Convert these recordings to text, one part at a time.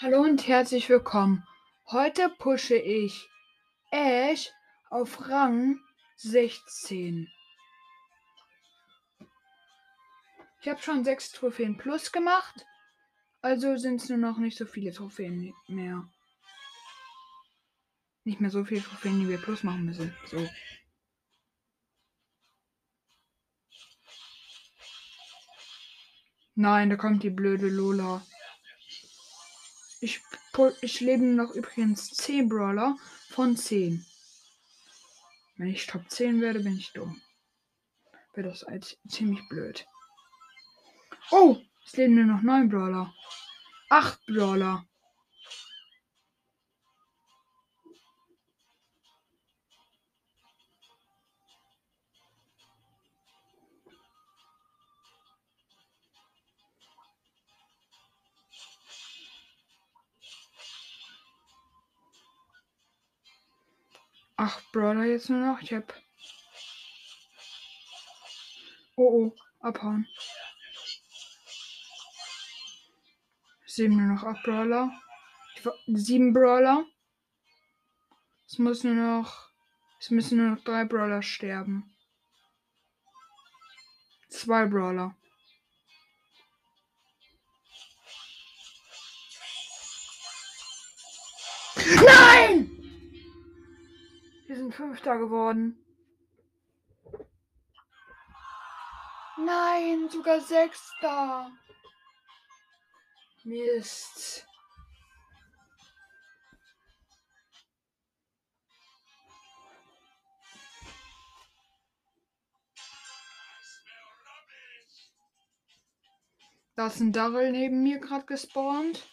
Hallo und herzlich willkommen. Heute pushe ich Ash auf Rang 16. Ich habe schon 6 Trophäen plus gemacht, also sind es nur noch nicht so viele Trophäen mehr. Nicht mehr so viele Trophäen, die wir plus machen müssen. So. Nein, da kommt die blöde Lola. Ich lebe noch übrigens 10 Brawler von 10. Wenn ich Top 10 werde, bin ich dumm. Wäre das ziemlich blöd. Oh, es leben nur noch 9 Brawler. 8 Brawler. Acht Brawler jetzt nur noch. Ich hab. Oh, abhauen. 7 nur noch 8 Brawler. 7 Brawler. Es müssen nur noch 3 Brawler sterben. 2 Brawler. Nein! Wir sind 5. geworden. Nein, sogar 6. Mist. Da ist ein Darrell neben mir gerade gespawnt.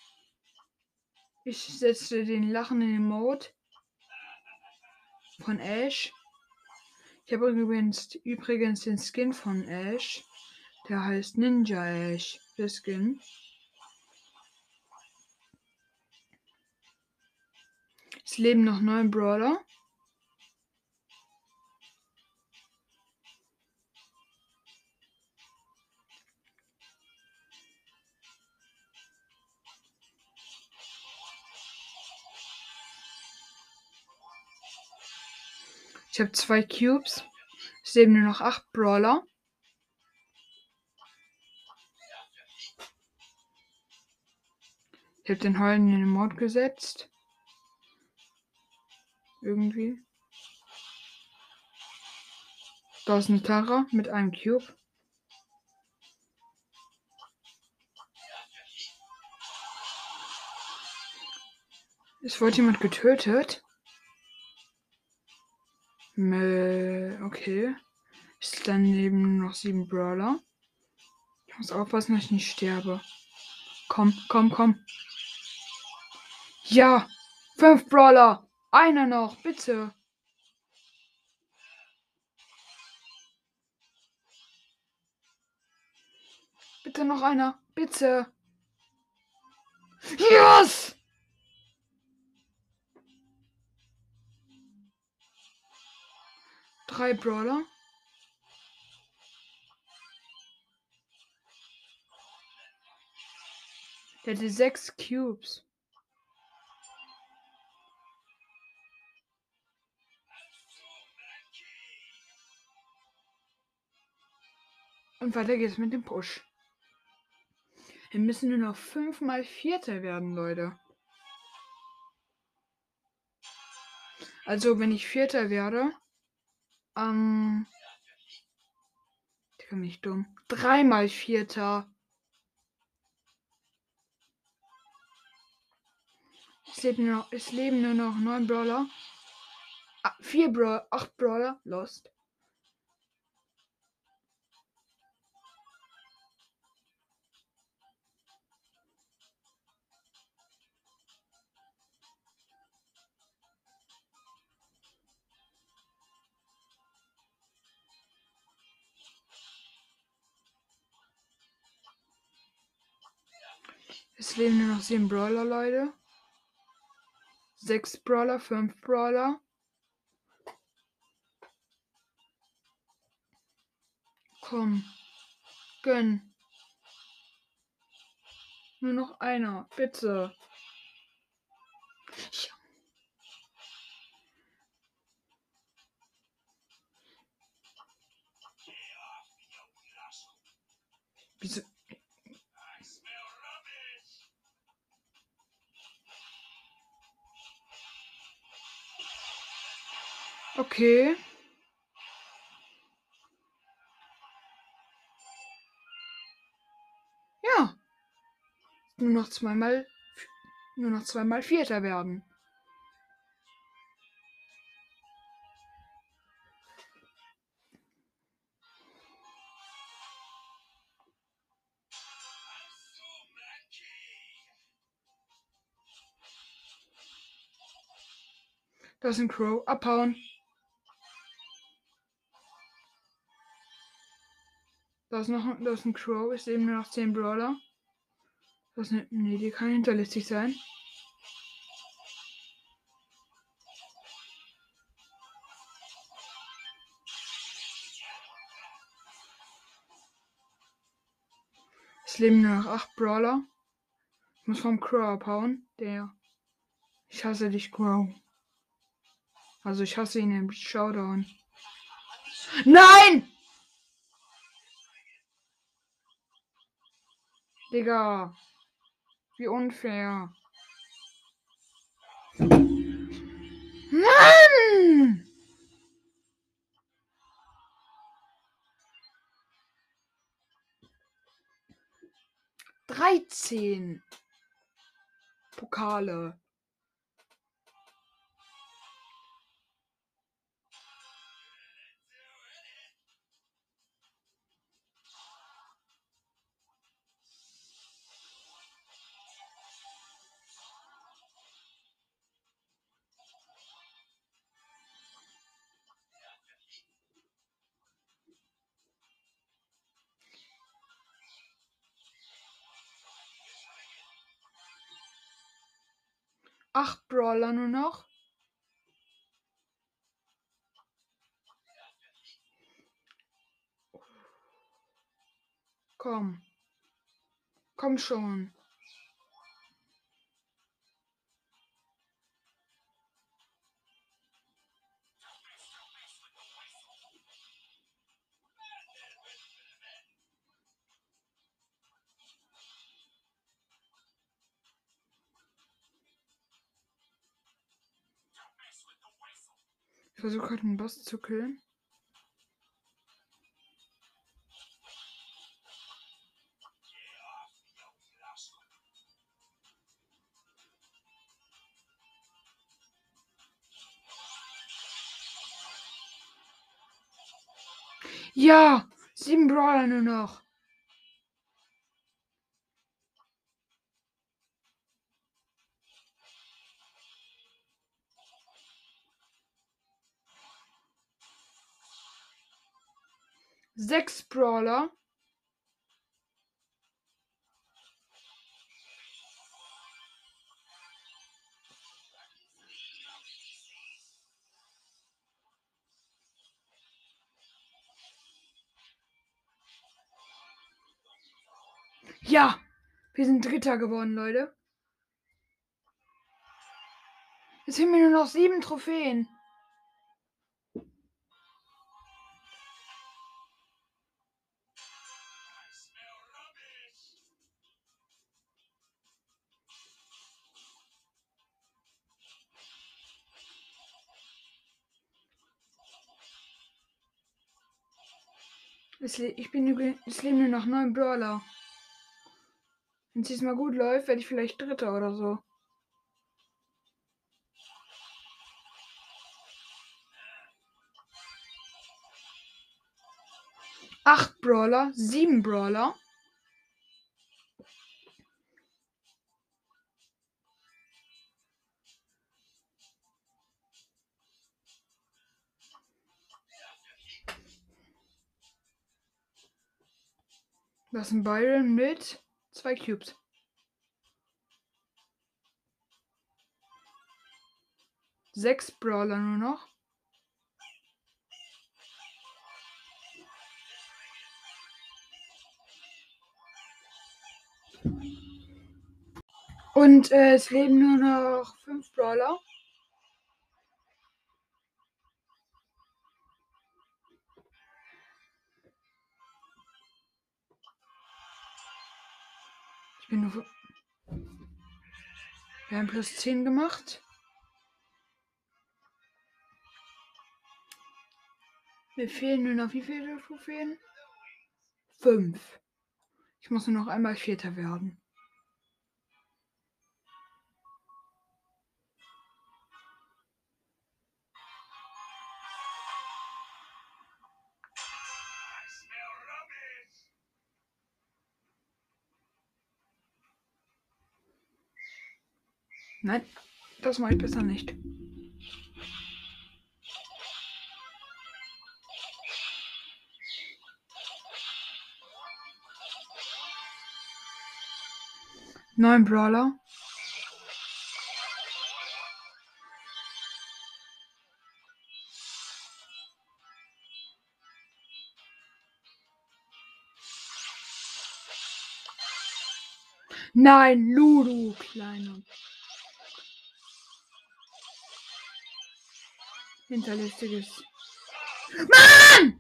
Ich setze den lachenden Emote von Ash. Ich habe übrigens den Skin von Ash. Der heißt Ninja Ash. Der Skin. Es leben noch 9 Brawler. Ich habe 2 Cubes. Es leben nur noch 8 Brawler. Ich habe den Heulen in den Mod gesetzt. Irgendwie. Da ist eine Tara mit einem Cube. Es wurde jemand getötet. Okay. Es daneben nur noch 7 Brawler. Ich muss aufpassen, dass ich nicht sterbe. Komm. Ja! 5 Brawler! Einer noch, bitte! Bitte noch einer, bitte! Yes! Drei Brawler. Der hatte 6 Cubes. Und weiter geht's mit dem Push. Wir müssen nur noch 5-mal Vierter werden, Leute. Also, wenn ich Vierter werde, ich bin nicht dumm. 3-mal Vierter. Es leben nur noch 9 Brawler. 8 Brawler. Lost. Es leben nur noch 7 Brawler, Leute. 6 Brawler, 5 Brawler. Komm. Gönn. Nur noch einer, bitte. Wieso? Okay. Ja. Nur noch zweimal Vierter werden. Das ist ein Crow. Abhauen. Da ist ein Crow. Ich sehe nur noch 10 Brawler. Nee, die kann hinterlistig sein. Es leben nur noch 8 Brawler. Ich muss vom Crow abhauen. Ich hasse dich, Crow. Also ich hasse ihn im Showdown. Nein! Digga. Wie unfair. Mann! Dreizehn Pokale. Acht Brawler nur noch. Komm. Komm schon. Ich versuche gerade einen Boss zu killen. Ja! 7 Brawler nur noch. Sechs Brawler. Ja! Wir sind Dritter geworden, Leute. Jetzt haben wir nur noch 7 Trophäen. Es leben nur noch 9 Brawler. Wenn es diesmal gut läuft, werde ich vielleicht Dritter oder so. 8 Brawler, 7 Brawler. Das ist ein Byron mit 2 Cubes. Sechs Brawler nur noch. Und es leben nur noch 5 Brawler. Ich bin nur. Wir haben plus 10 gemacht. Mir fehlen nur noch wie viele Trophäen? 5. Ich muss nur noch einmal Vierter werden. Nein, das mache ich besser nicht. Neun Brawler. Nein, Ludo, kleiner. Hinterlistiges. Mann!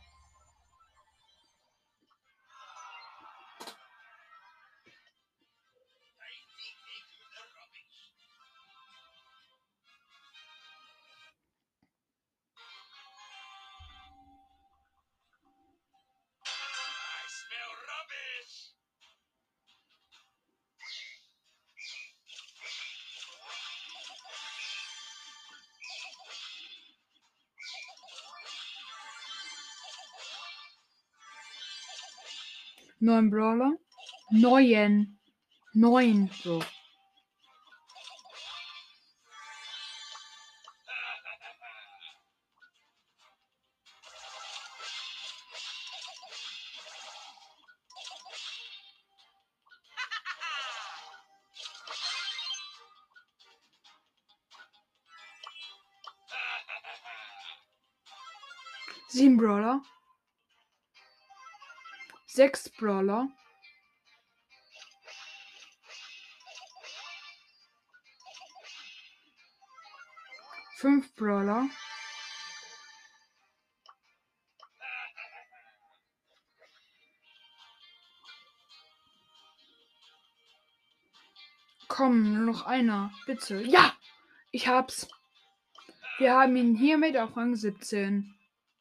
Neun Brawler. Neun. So. Sieben Brawler. 6 Brawler. 5 Brawler. Komm, nur noch einer. Bitte. Ja! Ich hab's. Wir haben ihn hiermit auf Rang 17.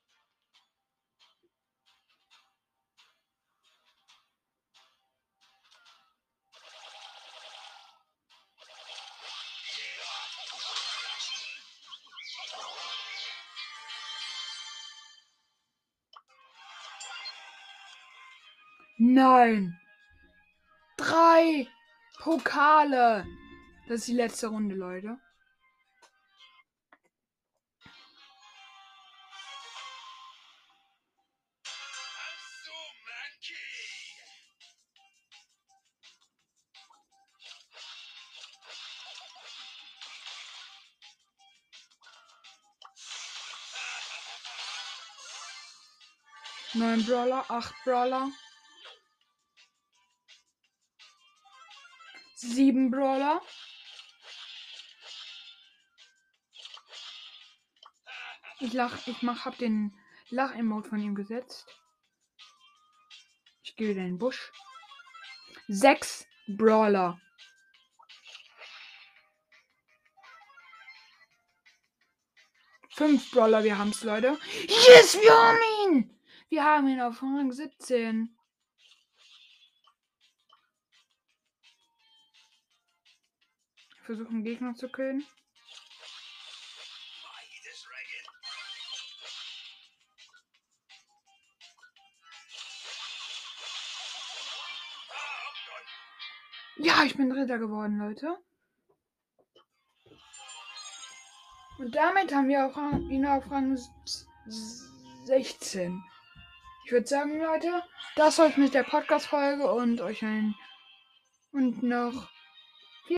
Nein. 3 Pokale. Das ist die letzte Runde, Leute. Neun Brawler, 8 Brawler. 7 Brawler. Hab den Lach-Emote von ihm gesetzt. Ich gehe wieder in den Busch. 6 Brawler. Fünf Brawler, wir haben's, Leute. Yes, wir haben ihn! Wir haben ihn auf Rang 17. Versuchen Gegner zu killen. Ja, ich bin Dritter geworden, Leute. Und damit haben wir ihn auf Rang 16. Ich würde sagen, Leute, das soll es mit der Podcast-Folge und noch